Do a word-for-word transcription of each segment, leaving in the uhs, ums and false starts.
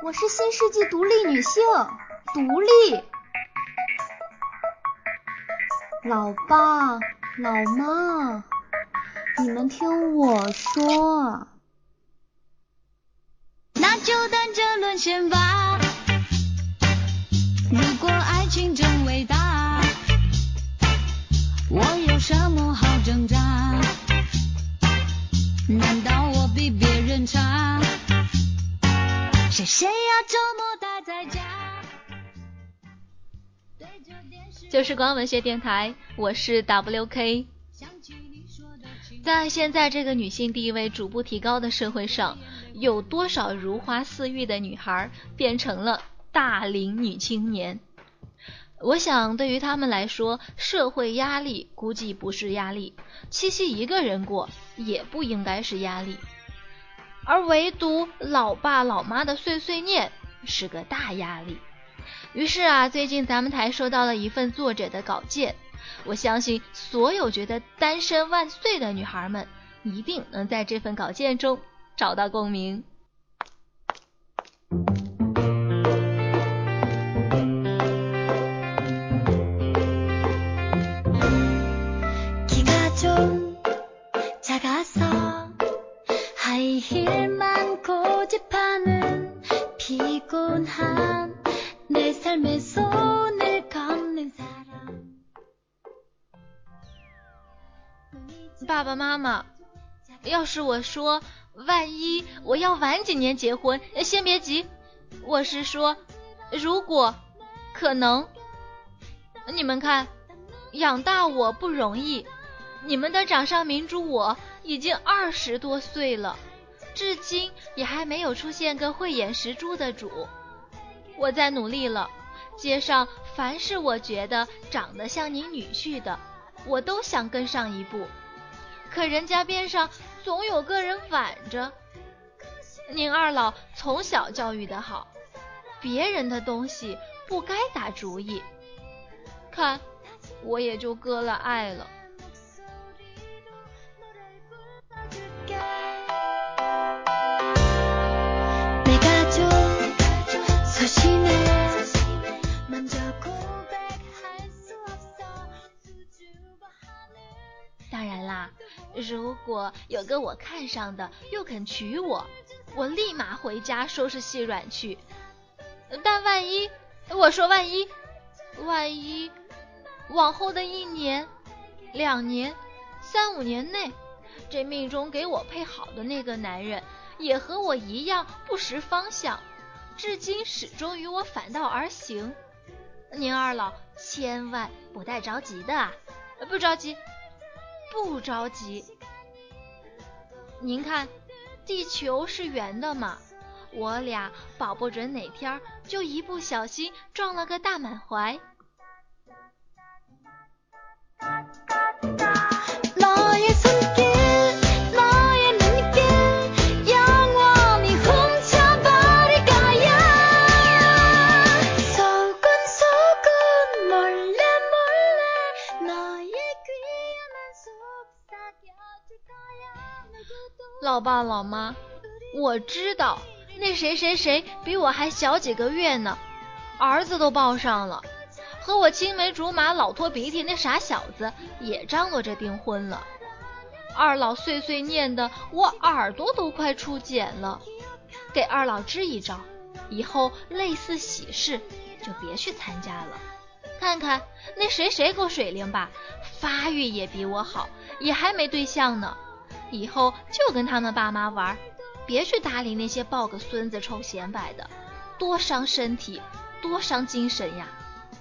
我是新世纪独立女性，独立。老爸，老妈，你们听我说。 那就等着沦陷吧。如果爱情真伟大，我有什么好挣扎？难道我比别人差？谁谁要周末待在家？ 旧时光文学电台，我是 W K。 在现在这个女性地位逐步提高的社会上，有多少如花似玉的女孩变成了大龄女青年？我想对于她们来说，社会压力估计不是压力，七夕一个人过也不应该是压力，而唯独老爸老妈的碎碎念是个大压力。于是啊，最近咱们台收到了一份作者的稿件，我相信所有觉得单身万岁的女孩们一定能在这份稿件中找到共鸣。爸爸妈妈，要是我说万一我要晚几年结婚，先别急，我是说如果可能。你们看，养大我不容易，你们的掌上明珠我已经二十多岁了，至今也还没有出现个慧眼识珠的主。我在努力了，街上凡是我觉得长得像您女婿的，我都想跟上一步，可人家边上总有个人挽着。您二老从小教育得好，别人的东西不该打主意，看我也就割了爱了。当然啦，如果有个我看上的又肯娶我，我立马回家收拾细软去。但万一，我说万一，万一往后的一年、两年、三五年内，这命中给我配好的那个男人也和我一样不识方向，至今始终与我反道而行，您二老千万不带着急的啊！不着急，不着急。您看，地球是圆的嘛，我俩保不准哪天就一不小心撞了个大满怀。老爸老妈，我知道那谁谁谁比我还小几个月呢，儿子都抱上了，和我青梅竹马老拖鼻涕那傻小子也张罗着订婚了。二老碎碎念的我耳朵都快出茧了，给二老支一招，以后类似喜事就别去参加了。看看那谁谁够水灵吧，发育也比我好，也还没对象呢，以后就跟他们爸妈玩，别去搭理那些抱个孙子臭显摆的，多伤身体，多伤精神呀。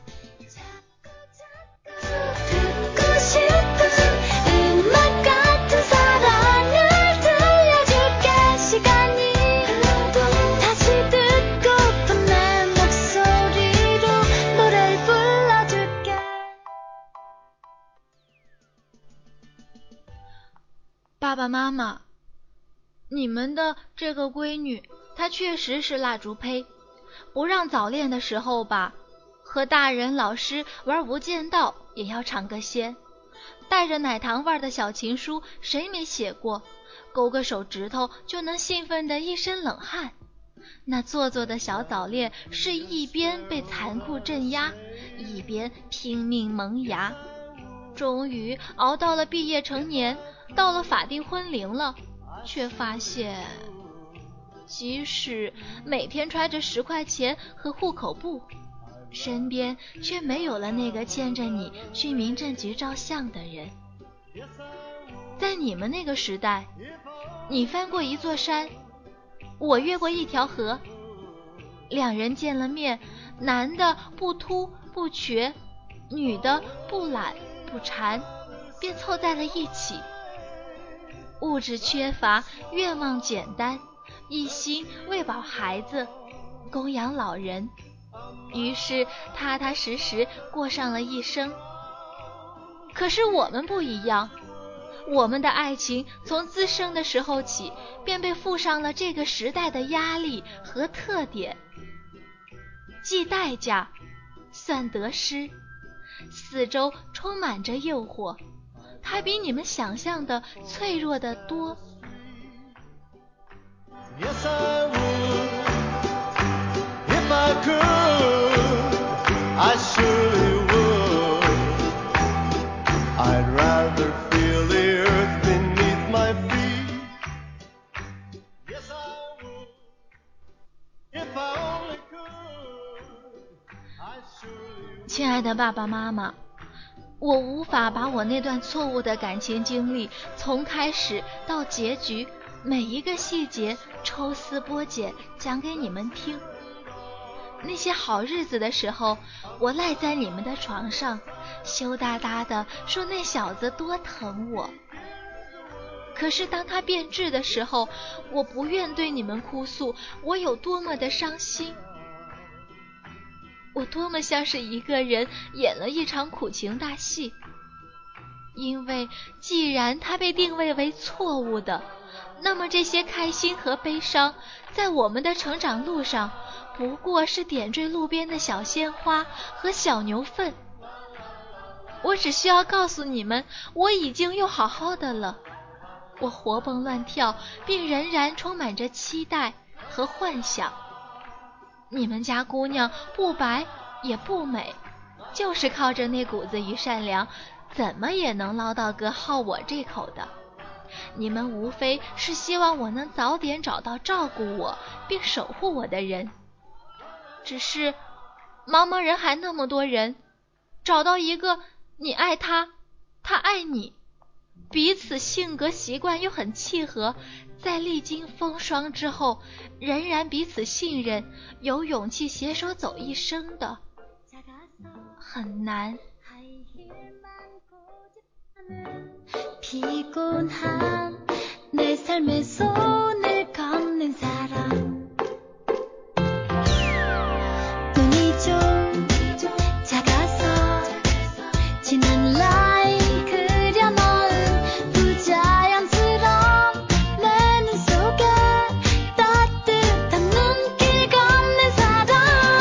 爸爸妈妈，你们的这个闺女她确实是蜡烛胚，不让早恋的时候吧，和大人老师玩无间道也要尝个鲜，带着奶糖味的小情书谁没写过，勾个手指头就能兴奋的一身冷汗。 那做作的小早恋是一边被残酷镇压，一边拼命萌芽，终于熬到了毕业成年，到了法定婚龄了，却发现即使每天揣着十块钱和户口簿，身边却没有了那个牵着你去民政局照相的人。在你们那个时代，你翻过一座山，我越过一条河，两人见了面，男的不突不瘸，女的不懒不馋，便凑在了一起。物质缺乏，愿望简单，一心喂饱孩子，供养老人，于是踏踏实实过上了一生。可是我们不一样，我们的爱情从滋生的时候起，便被附上了这个时代的压力和特点，计代价，算得失，四周充满着诱惑，它比你们想象的脆弱得多。 Yes, I would. If I could, I surely would. I'd rather feel the earth beneath my feet. Yes, I would. If I only could, I surely would. 亲爱的爸爸妈妈，我无法把我那段错误的感情经历从开始到结局每一个细节抽丝剥茧讲给你们听。那些好日子的时候，我赖在你们的床上，羞答答的说那小子多疼我。可是当他变质的时候，我不愿对你们哭诉我有多么的伤心，我多么像是一个人演了一场苦情大戏。因为既然它被定位为错误的，那么这些开心和悲伤在我们的成长路上不过是点缀路边的小鲜花和小牛粪。我只需要告诉你们，我已经又好好的了，我活蹦乱跳，并仍然充满着期待和幻想。你们家姑娘不白也不美，就是靠着那股子与善良，怎么也能捞到个好我这口的。你们无非是希望我能早点找到照顾我并守护我的人，只是茫茫人海那么多人，找到一个你爱他，他爱你，彼此性格习惯又很契合，在历经风霜之后仍然彼此信任，有勇气携手走一生的，很难。 피곤한 내 삶에 손을 걷는 사람 눈이 좀 작아서 진한 라인 그려놓은 부자연스러운 내 눈 속에 따뜻한 눈길 걷는 사람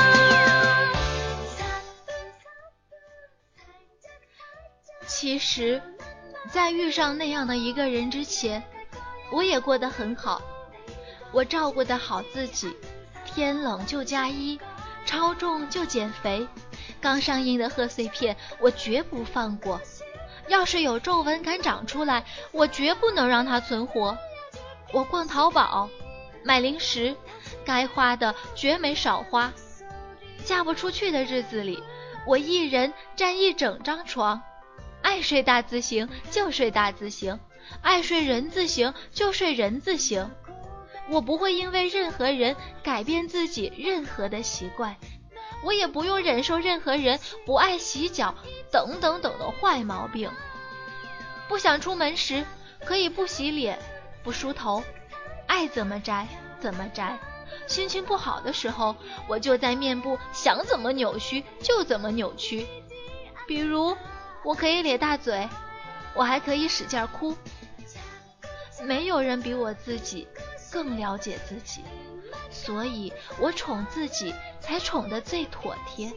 其实在遇上那样的一个人之前，我也过得很好。我照顾得好自己，天冷就加衣，超重就减肥，刚上映的贺岁片我绝不放过，要是有皱纹敢长出来，我绝不能让它存活。我逛淘宝买零食，该花的绝没少花。嫁不出去的日子里，我一人占一整张床，爱睡大字型就睡大字型，爱睡人字型就睡人字型。我不会因为任何人改变自己任何的习惯，我也不用忍受任何人不爱洗脚等等等的坏毛病。不想出门时可以不洗脸不梳头，爱怎么宅怎么宅。心情不好的时候，我就在面部想怎么扭曲就怎么扭曲。比如我可以咧大嘴，我还可以使劲哭。没有人比我自己更了解自己，所以我宠自己才宠得最妥帖。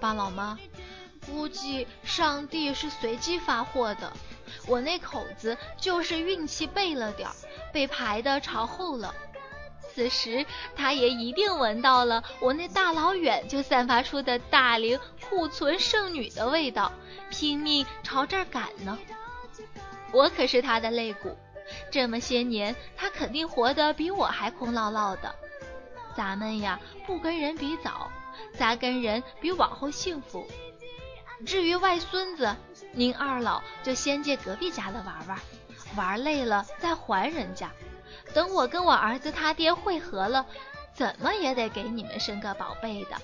爸老妈，估计上帝是随机发货的，我那口子就是运气背了点儿，被排的朝后了。此时他也一定闻到了我那大老远就散发出的大龄库存剩女的味道，拼命朝这儿赶呢。我可是他的肋骨，这么些年他肯定活得比我还空落落的。咱们呀不跟人比早，咱跟人比往后幸福。至于外孙子，您二老就先借隔壁家的玩玩，玩累了再还人家。等我跟我儿子他爹会合了，怎么也得给你们生个宝贝的。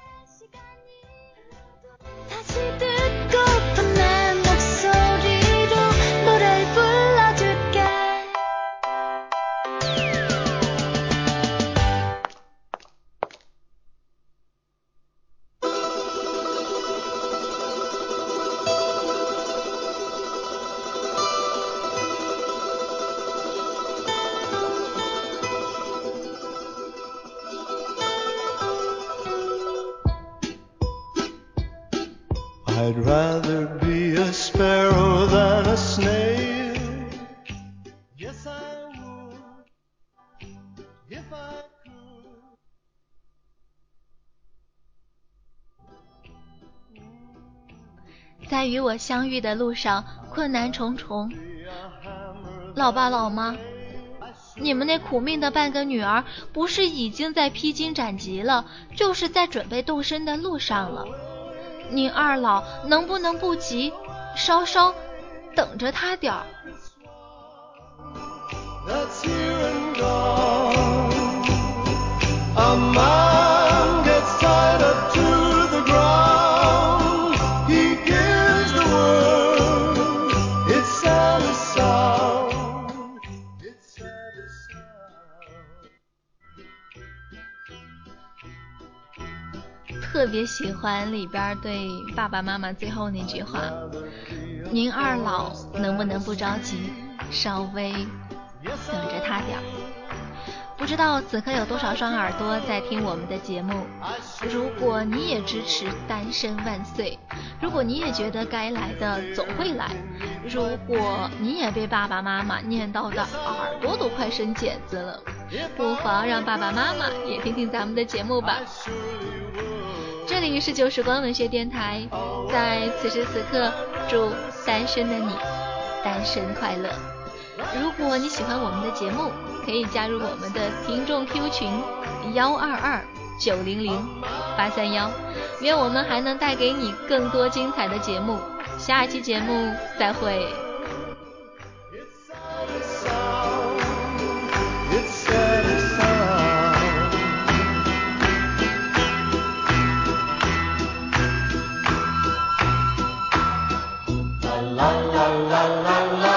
I'd rather be a sparrow than a snail. Yes, I would, if I could. 在与我相遇的路上，困难重重。老爸老妈，你们那苦命的半个女儿，不是已经在披荆斩棘了，就是在准备动身的路上了。您二老能不能不急，稍稍等着他点儿。特别喜欢里边对爸爸妈妈最后那句话，您二老能不能不着急，稍微等着他点儿。不知道此刻有多少双耳朵在听我们的节目，如果你也支持单身万岁，如果你也觉得该来的总会来，如果你也被爸爸妈妈念叨的耳朵都快生茧子了，不妨让爸爸妈妈也听听咱们的节目吧。这里是旧时光文学电台，在此时此刻祝单身的你单身快乐。如果你喜欢我们的节目，可以加入我们的听众 Q 群幺二二九零零八三幺，愿我们还能带给你更多精彩的节目。下一期节目再会。 La la la la la